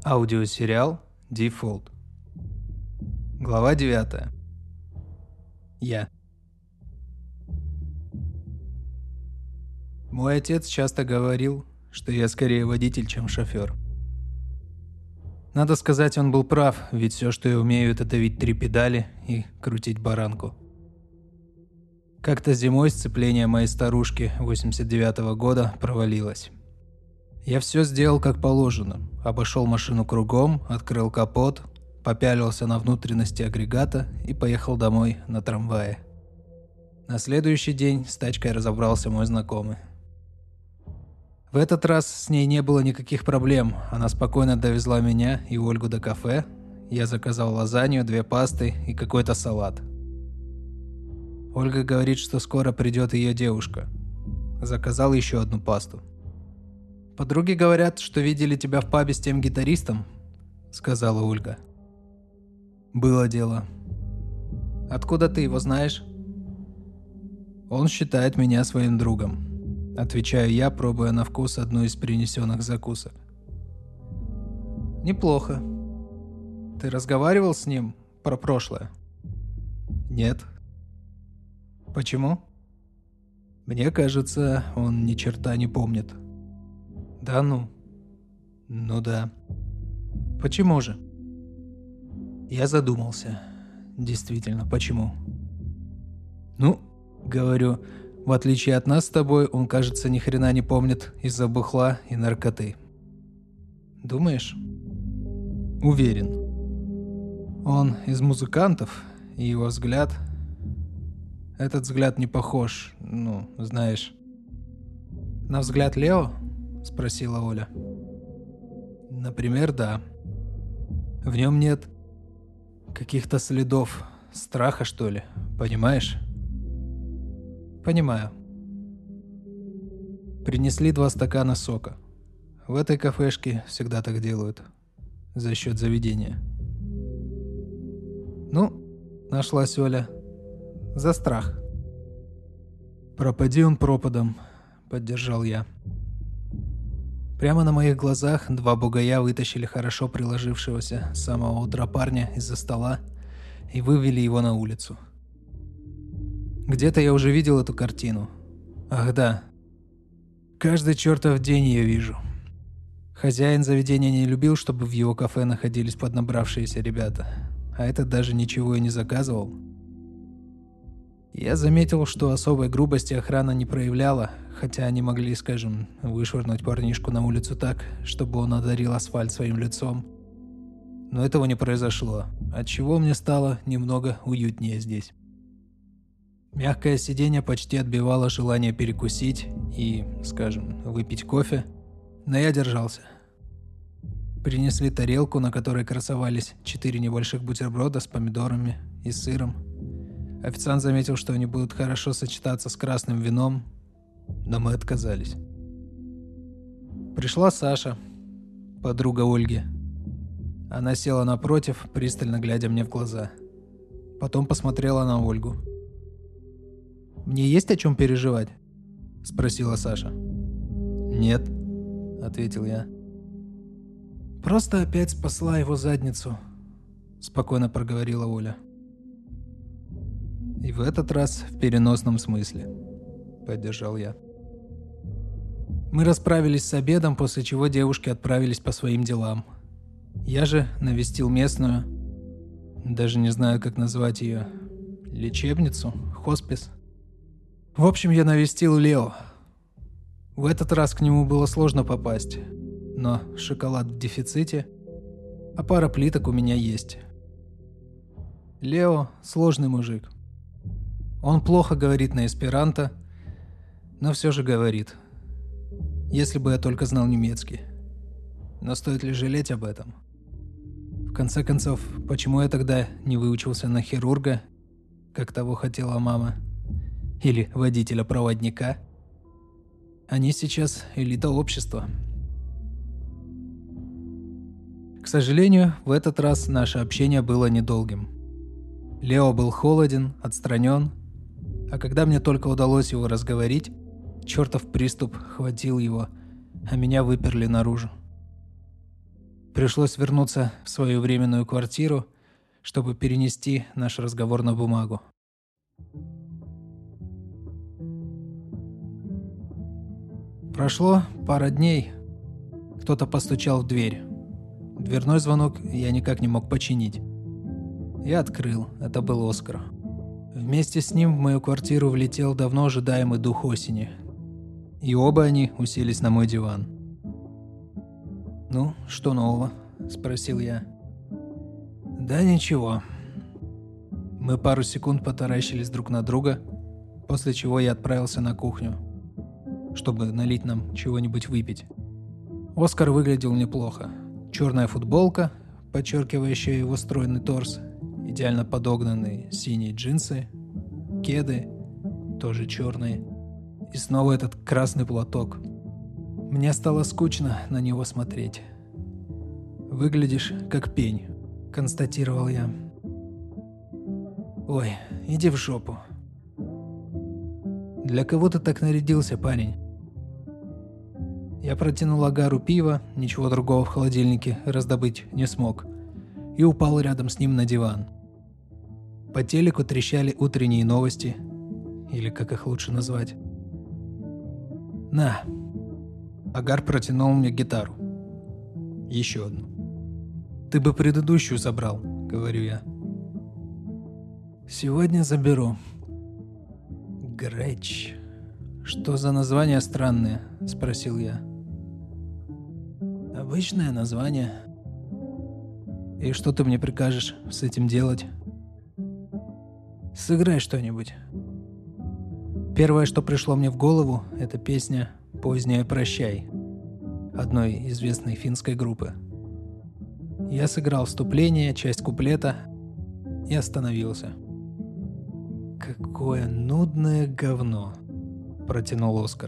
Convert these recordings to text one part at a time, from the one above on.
Аудиосериал Default. Глава 9. Я. Мой отец часто говорил, что я скорее водитель, чем шофер. Надо сказать, он был прав, ведь все, что я умею, это давить 3 педали и крутить баранку. Как-то зимой сцепление моей старушки 89-го года провалилось. Я все сделал как положено. Обошел машину кругом, открыл капот, попялился на внутренности агрегата и поехал домой на трамвае. На следующий день с тачкой разобрался мой знакомый. В этот раз с ней не было никаких проблем. Она спокойно довезла меня и Ольгу до кафе. Я заказал лазанью, 2 пасты и какой-то салат. Ольга говорит, что скоро придет ее девушка. Заказал еще 1 пасту. «Подруги говорят, что видели тебя в пабе с тем гитаристом», — сказала Ольга. «Было дело». «Откуда ты его знаешь?» «Он считает меня своим другом», — отвечаю я, пробуя на вкус одну из принесенных закусок. «Неплохо. Ты разговаривал с ним про прошлое?» «Нет». «Почему?» «Мне кажется, он ни черта не помнит». «Да ну?» «Ну да». «Почему же?» Я задумался. Действительно, почему? «Ну, — говорю, — в отличие от нас с тобой, он, кажется, ни хрена не помнит из-за бухла и наркоты». «Думаешь?» «Уверен. Он из музыкантов, и его взгляд... Этот взгляд не похож, ну, знаешь...» «На взгляд Лео?» — спросила Оля. «Например, да. В нем нет каких-то следов страха, что ли, понимаешь?» «Понимаю». Принесли 2 стакана сока. В этой кафешке всегда так делают. За счет заведения. «Ну, нашлась Оля. За страх». «Пропади он пропадом», — поддержал я. Прямо на моих глазах 2 бугая вытащили хорошо приложившегося с самого утра парня из-за стола и вывели его на улицу. Где-то я уже видел эту картину. Ах да. Каждый чертов день ее вижу. Хозяин заведения не любил, чтобы в его кафе находились поднабравшиеся ребята, а этот даже ничего и не заказывал. Я заметил, что особой грубости охрана не проявляла, хотя они могли, скажем, вышвырнуть парнишку на улицу так, чтобы он одарил асфальт своим лицом. Но этого не произошло, отчего мне стало немного уютнее здесь. Мягкое сиденье почти отбивало желание перекусить и, скажем, выпить кофе, но я держался. Принесли тарелку, на которой красовались 4 небольших бутерброда с помидорами и сыром. Официант заметил, что они будут хорошо сочетаться с красным вином, но мы отказались. Пришла Саша, подруга Ольги. Она села напротив, пристально глядя мне в глаза. Потом посмотрела на Ольгу. «Мне есть о чем переживать?» – спросила Саша. «Нет», – ответил я. «Просто опять спасла его задницу», – спокойно проговорила Оля. «И в этот раз в переносном смысле», — поддержал я. Мы расправились с обедом, после чего девушки отправились по своим делам. Я же навестил местную, даже не знаю, как назвать ее, лечебницу, хоспис. В общем, я навестил Лео. В этот раз к нему было сложно попасть, но шоколад в дефиците, а пара плиток у меня есть. Лео – сложный мужик. Он плохо говорит на эсперанто, но все же говорит. Если бы я только знал немецкий. Но стоит ли жалеть об этом? В конце концов, почему я тогда не выучился на хирурга, как того хотела мама? Или водителя-проводника? Они сейчас элита общества. К сожалению, в этот раз наше общение было недолгим. Лео был холоден, отстранен, а когда мне только удалось его разговорить, чертов приступ хватил его, а меня выперли наружу. Пришлось вернуться в свою временную квартиру, чтобы перенести наш разговор на бумагу. Прошло пара дней. Кто-то постучал в дверь. Дверной звонок я никак не мог починить. Я открыл. Это был Оскар. Вместе с ним в мою квартиру влетел давно ожидаемый дух осени. И оба они уселись на мой диван. «Ну, что нового?» – спросил я. «Да ничего». Мы пару секунд потаращились друг на друга, после чего я отправился на кухню, чтобы налить нам чего-нибудь выпить. Оскар выглядел неплохо. Черная футболка, подчеркивающая его стройный торс, идеально подогнанные синие джинсы, кеды, тоже черные, и снова этот красный платок. Мне стало скучно на него смотреть. «Выглядишь как пень», — констатировал я. «Ой, иди в жопу». «Для кого ты так нарядился, парень?» Я протянул Агару пиво, ничего другого в холодильнике раздобыть не смог, и упал рядом с ним на диван. По телеку трещали утренние новости, или как их лучше назвать. «На». Агар протянул мне гитару. Еще одну. «Ты бы предыдущую забрал», — говорю я. «Сегодня заберу». Грэч. «Что за название странное?» — спросил я. «Обычное название». «И что ты мне прикажешь с этим делать?» «Сыграй что-нибудь». Первое, что пришло мне в голову, это песня «Поздняя прощай» одной известной финской группы. Я сыграл вступление, часть куплета и остановился. «Какое нудное говно», — протянул Оскар.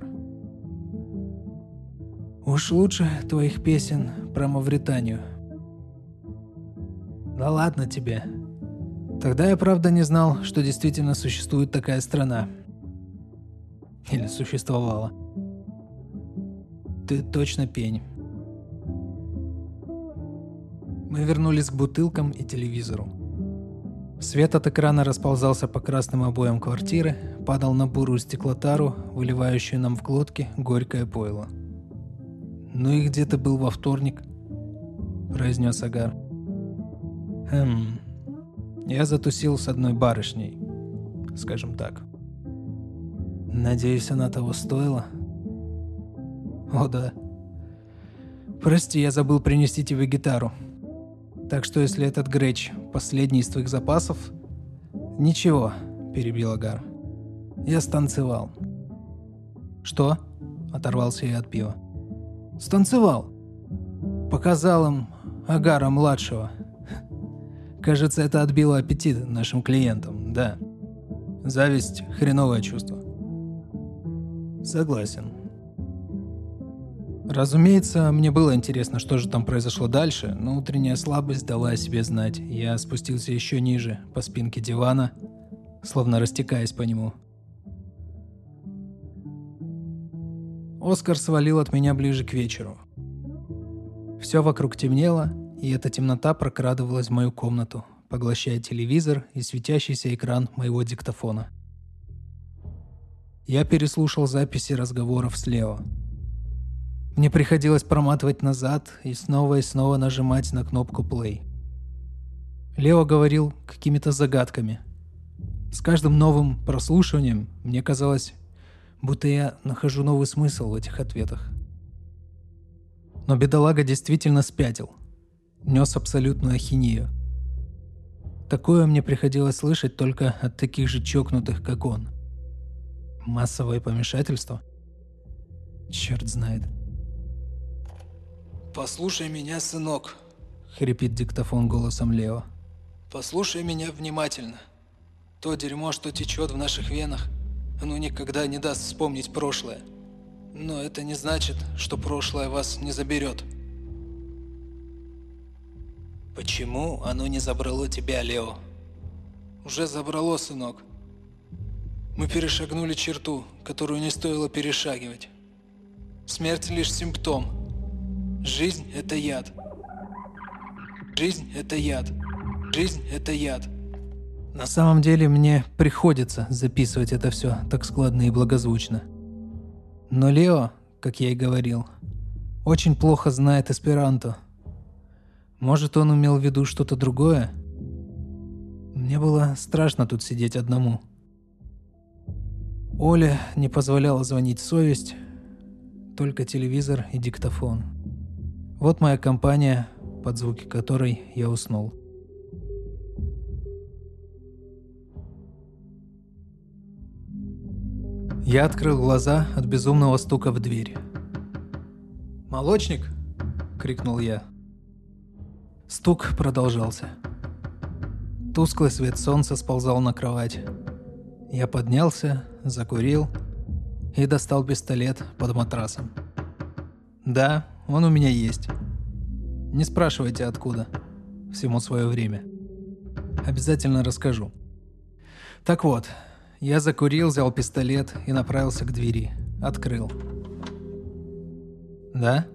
«Уж лучше твоих песен про Мавританию». «Да ладно тебе. Тогда я правда не знал, что действительно существует такая страна. Или существовала. Ты точно пень». Мы вернулись к бутылкам и телевизору. Свет от экрана расползался по красным обоям квартиры, падал на бурую стеклотару, выливающую нам в глотки горькое пойло. «Ну и где ты был во вторник?» – произнес Агар. Я затусил с одной барышней, скажем так». «Надеюсь, она того стоила?» «О да. Прости, я забыл принести тебе гитару. Так что если этот Грэч последний из твоих запасов...» «Ничего», — перебил Агар. «Я станцевал». «Что?» — оторвался я от пива. «Станцевал. Показал им Агара-младшего. Кажется, это отбило аппетит нашим клиентам, да. Зависть — хреновое чувство». «Согласен». Разумеется, мне было интересно, что же там произошло дальше, но утренняя слабость дала о себе знать. Я спустился еще ниже, по спинке дивана, словно растекаясь по нему. Оскар свалил от меня ближе к вечеру. Все вокруг темнело, и эта темнота прокрадывалась в мою комнату, поглощая телевизор и светящийся экран моего диктофона. Я переслушал записи разговоров с Лео. Мне приходилось проматывать назад и снова нажимать на кнопку play. Лео говорил какими-то загадками. С каждым новым прослушиванием мне казалось, будто я нахожу новый смысл в этих ответах. Но бедолага действительно спятил. Нес абсолютную ахинею. Такое мне приходилось слышать только от таких же чокнутых, как он. Массовое помешательство? Черт знает. «Послушай меня, сынок», — хрипит диктофон голосом Лео. «Послушай меня внимательно. То дерьмо, что течет в наших венах, оно никогда не даст вспомнить прошлое. Но это не значит, что прошлое вас не заберет». «Почему оно не забрало тебя, Лео?» «Уже забрало, сынок. Мы перешагнули черту, которую не стоило перешагивать. Смерть лишь симптом. Жизнь – это яд. Жизнь – это яд. Жизнь – это яд. На самом деле мне приходится записывать это все так складно и благозвучно. Но Лео, как я и говорил, очень плохо знает эсперанто. Может, он имел в виду что-то другое? Мне было страшно тут сидеть одному. Оле не позволяла звонить совесть, только телевизор и диктофон. Вот моя компания, под звуки которой я уснул. Я открыл глаза от безумного стука в дверь. «Молочник!» — крикнул я. Стук продолжался. Тусклый свет солнца сползал на кровать. Я поднялся, закурил и достал пистолет под матрасом. Да, он у меня есть. Не спрашивайте, откуда. Всему свое время. Обязательно расскажу. Так вот, я закурил, взял пистолет и направился к двери. Открыл. «Да?»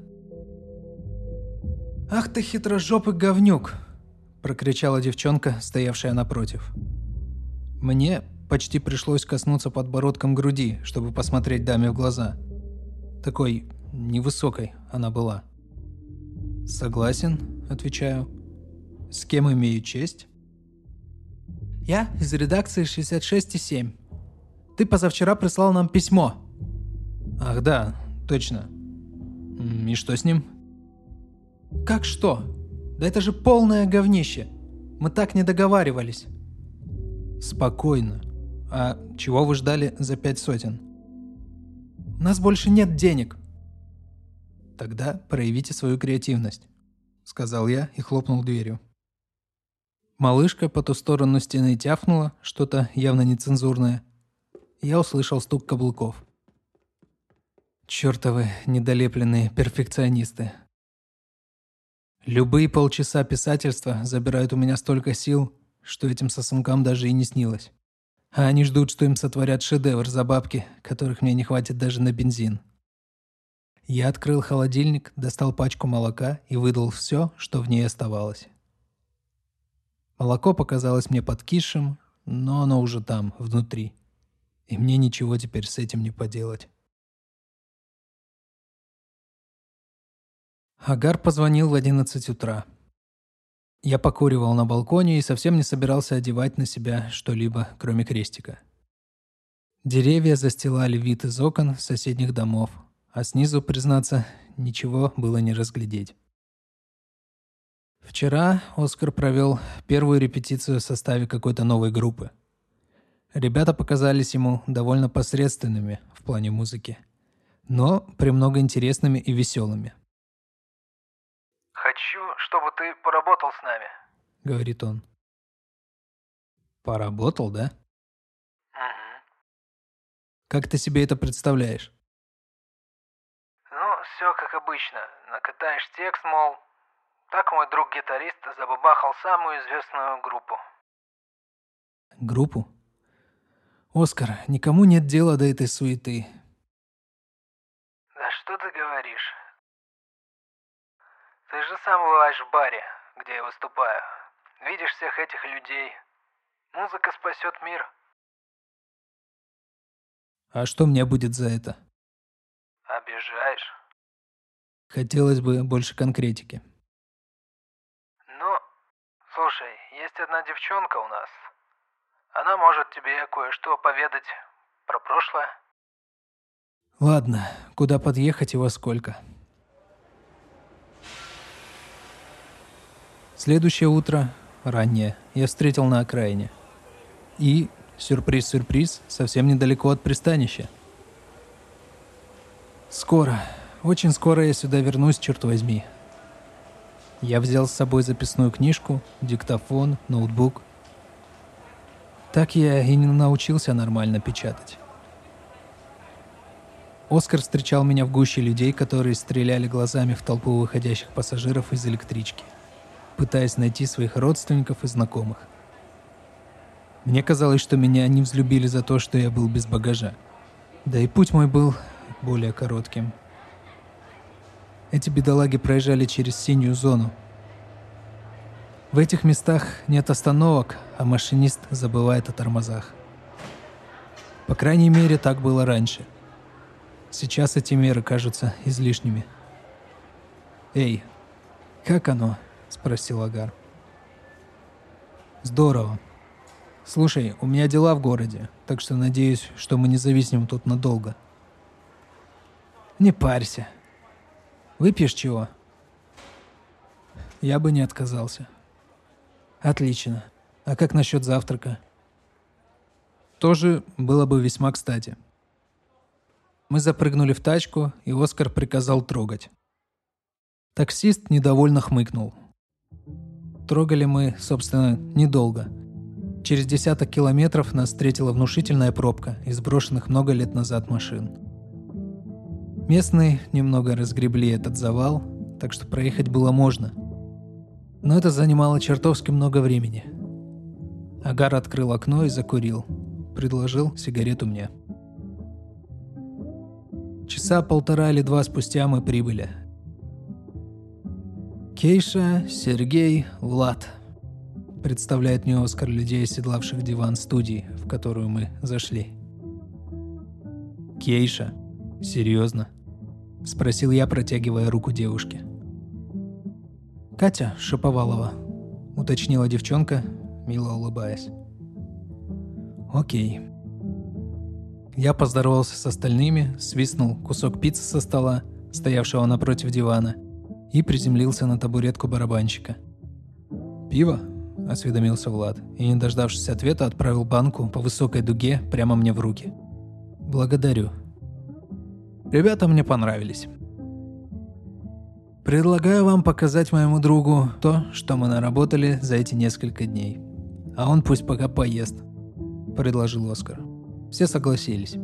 «Ах ты хитрожопый говнюк!» — прокричала девчонка, стоявшая напротив. Мне почти пришлось коснуться подбородком груди, чтобы посмотреть даме в глаза. Такой невысокой она была. «Согласен», — отвечаю. «С кем имею честь?» «Я из редакции 66,7. Ты позавчера прислал нам письмо». «Ах да, точно. И что с ним?» «Как что? Да это же полное говнище. Мы так не договаривались». «Спокойно. А чего вы ждали за 5 сотен?» «У нас больше нет денег». «Тогда проявите свою креативность», — сказал я и хлопнул дверью. Малышка по ту сторону стены тявкнула, что-то явно нецензурное. Я услышал стук каблуков. Чёртовы недолепленные перфекционисты. Любые полчаса писательства забирают у меня столько сил, что этим сосункам даже и не снилось. А они ждут, что им сотворят шедевр за бабки, которых мне не хватит даже на бензин. Я открыл холодильник, достал пачку молока и выдал все, что в ней оставалось. Молоко показалось мне подкисшим, но оно уже там, внутри. И мне ничего теперь с этим не поделать. Агар позвонил в 11 утра. Я покуривал на балконе и совсем не собирался одевать на себя что-либо, кроме крестика. Деревья застилали вид из окон соседних домов, а снизу, признаться, ничего было не разглядеть. Вчера Оскар провел первую репетицию в составе какой-то новой группы. Ребята показались ему довольно посредственными в плане музыки, но премного интересными и веселыми. «Хочу, чтобы ты поработал с нами», — говорит он. «Поработал, да? Угу. Как ты себе это представляешь?» Ну, все как обычно. Накатаешь текст, мол, так мой друг-гитарист забабахал самую известную группу. Группу? Оскар, никому нет дела до этой суеты. Да что ты говоришь? Ты же сам бываешь в баре, где я выступаю. Видишь всех этих людей. Музыка спасет мир. А что мне будет за это? Обижаешь? Хотелось бы больше конкретики. Ну, слушай, есть одна девчонка у нас. Она может тебе кое-что поведать про прошлое. Ладно, куда подъехать и во сколько? Следующее утро, раннее, я встретил на окраине. И, сюрприз-сюрприз, совсем недалеко от пристанища. Скоро, очень скоро я сюда вернусь, черт возьми. Я взял с собой записную книжку, диктофон, ноутбук. Так я и не научился нормально печатать. Оскар встречал меня в гуще людей, которые стреляли глазами в толпу выходящих пассажиров из электрички, пытаясь найти своих родственников и знакомых. Мне казалось, что меня не взлюбили за то, что я был без багажа. Да и путь мой был более коротким. Эти бедолаги проезжали через синюю зону. В этих местах нет остановок, а машинист забывает о тормозах. По крайней мере, так было раньше. Сейчас эти меры кажутся излишними. «Эй, как оно?» – спросил Агар. «Здорово. Слушай, у меня дела в городе, так что надеюсь, что мы не зависнем тут надолго». «Не парься. Выпьешь чего?» «Я бы не отказался». «Отлично. А как насчет завтрака?» «Тоже было бы весьма кстати». Мы запрыгнули в тачку, и Оскар приказал трогать. Таксист недовольно хмыкнул. Трогали мы, собственно, недолго. Через 10 километров нас встретила внушительная пробка из брошенных много лет назад машин. Местные немного разгребли этот завал, так что проехать было можно. Но это занимало чертовски много времени. Агар открыл окно и закурил. Предложил сигарету мне. Часа 1,5 или 2 спустя мы прибыли. Кейша, Сергей, Влад. Представляет мне Оскар людей, оседлавших диван студии, в которую мы зашли. «Кейша? Серьезно?» – спросил я, протягивая руку девушке. «Катя Шаповалова», – уточнила девчонка, мило улыбаясь. «Окей». Я поздоровался с остальными, свистнул кусок пиццы со стола, стоявшего напротив дивана, и приземлился на табуретку барабанщика. «Пиво?» – осведомился Влад, и, не дождавшись ответа, отправил банку по высокой дуге прямо мне в руки. «Благодарю. Ребята мне понравились. Предлагаю вам показать моему другу то, что мы наработали за эти несколько дней. А он пусть пока поест», – предложил Оскар. Все согласились.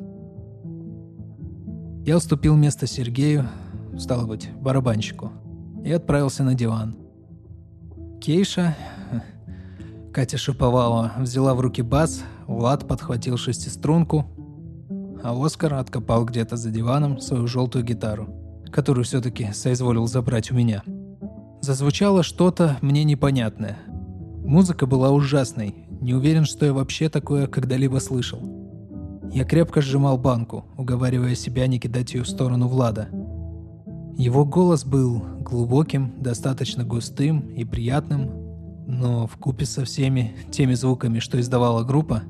Я уступил место Сергею, стало быть, барабанщику, и отправился на диван. Кейша, Катя Шаповалова, взяла в руки бас, Влад подхватил шестиструнку, а Оскар откопал где-то за диваном свою желтую гитару, которую все-таки соизволил забрать у меня. Зазвучало что-то мне непонятное. Музыка была ужасной, не уверен, что я вообще такое когда-либо слышал. Я крепко сжимал банку, уговаривая себя не кидать ее в сторону Влада. Его голос был глубоким, достаточно густым и приятным, но вкупе со всеми теми звуками, что издавала группа,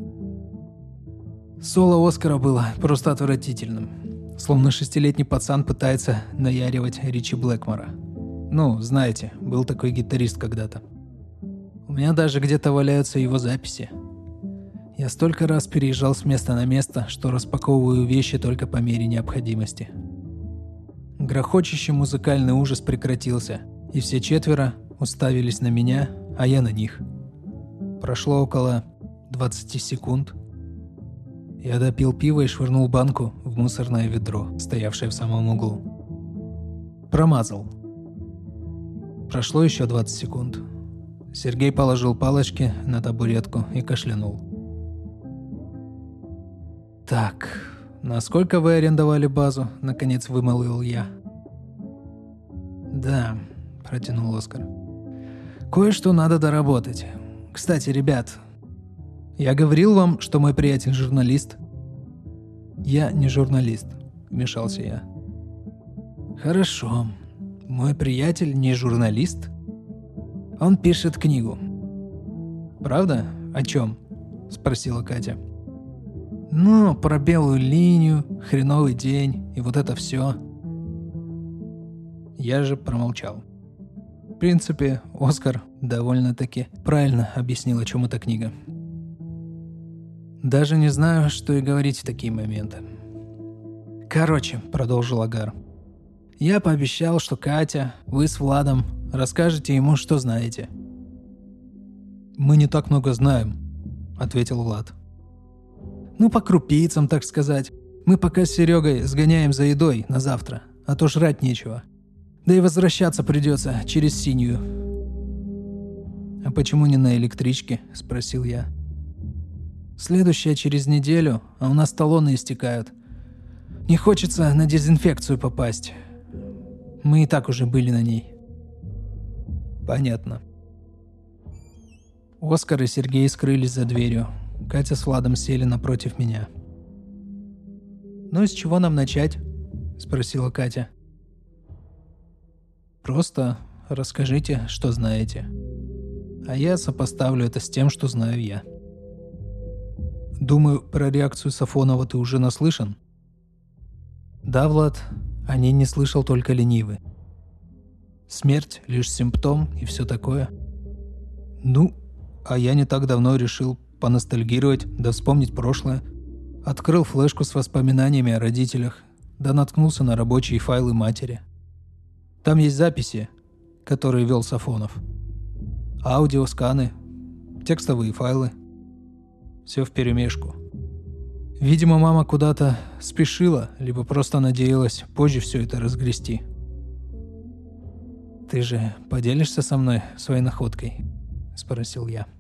соло Оскара было просто отвратительным, словно 6-летний пацан пытается наяривать Ричи Блэкмора. Ну, знаете, был такой гитарист когда-то. У меня даже где-то валяются его записи. Я столько раз переезжал с места на место, что распаковываю вещи только по мере необходимости. Грохочущий музыкальный ужас прекратился, и все 4 уставились на меня, а я на них. Прошло около 20 секунд. Я допил пиво и швырнул банку в мусорное ведро, стоявшее в самом углу. Промазал. Прошло еще 20 секунд. Сергей положил палочки на табуретку и кашлянул. «Так, насколько вы арендовали базу?» – наконец вымолвил я. «Да», – протянул Оскар. «Кое-что надо доработать. Кстати, ребят, я говорил вам, что мой приятель журналист?» «Я не журналист», – вмешался я. «Хорошо. Мой приятель не журналист? Он пишет книгу». «Правда? О чем?» – спросила Катя. «Ну, про белую линию, хреновый день и вот это все». Я же промолчал. В принципе, Оскар довольно-таки правильно объяснил, о чем эта книга. Даже не знаю, что и говорить в такие моменты. «Короче», — продолжил Агар, — «я пообещал, что Катя, вы с Владом расскажете ему, что знаете». «Мы не так много знаем», — ответил Влад. «Ну, по крупицам, так сказать. Мы пока с Серегой сгоняем за едой на завтра, а то жрать нечего. Да и возвращаться придется через Синюю». «А почему не на электричке?» – спросил я. «Следующая через неделю, а у нас талоны истекают. Не хочется на дезинфекцию попасть. Мы и так уже были на ней». «Понятно». Оскар и Сергей скрылись за дверью. Катя с Владом сели напротив меня. «Ну и с чего нам начать?» – спросила Катя. «Просто расскажите, что знаете. А я сопоставлю это с тем, что знаю я». «Думаю, про реакцию Сафонова ты уже наслышан?» «Да, Влад, о ней не слышал только ленивый. Смерть – лишь симптом и все такое. Ну, а я не так давно решил поностальгировать, да вспомнить прошлое. Открыл флешку с воспоминаниями о родителях, да наткнулся на рабочие файлы матери. Там есть записи, которые вел Сафонов. Аудиосканы, текстовые файлы. Все вперемешку. Видимо, мама куда-то спешила, либо просто надеялась позже все это разгрести. «Ты же поделишься со мной своей находкой?» – спросил я.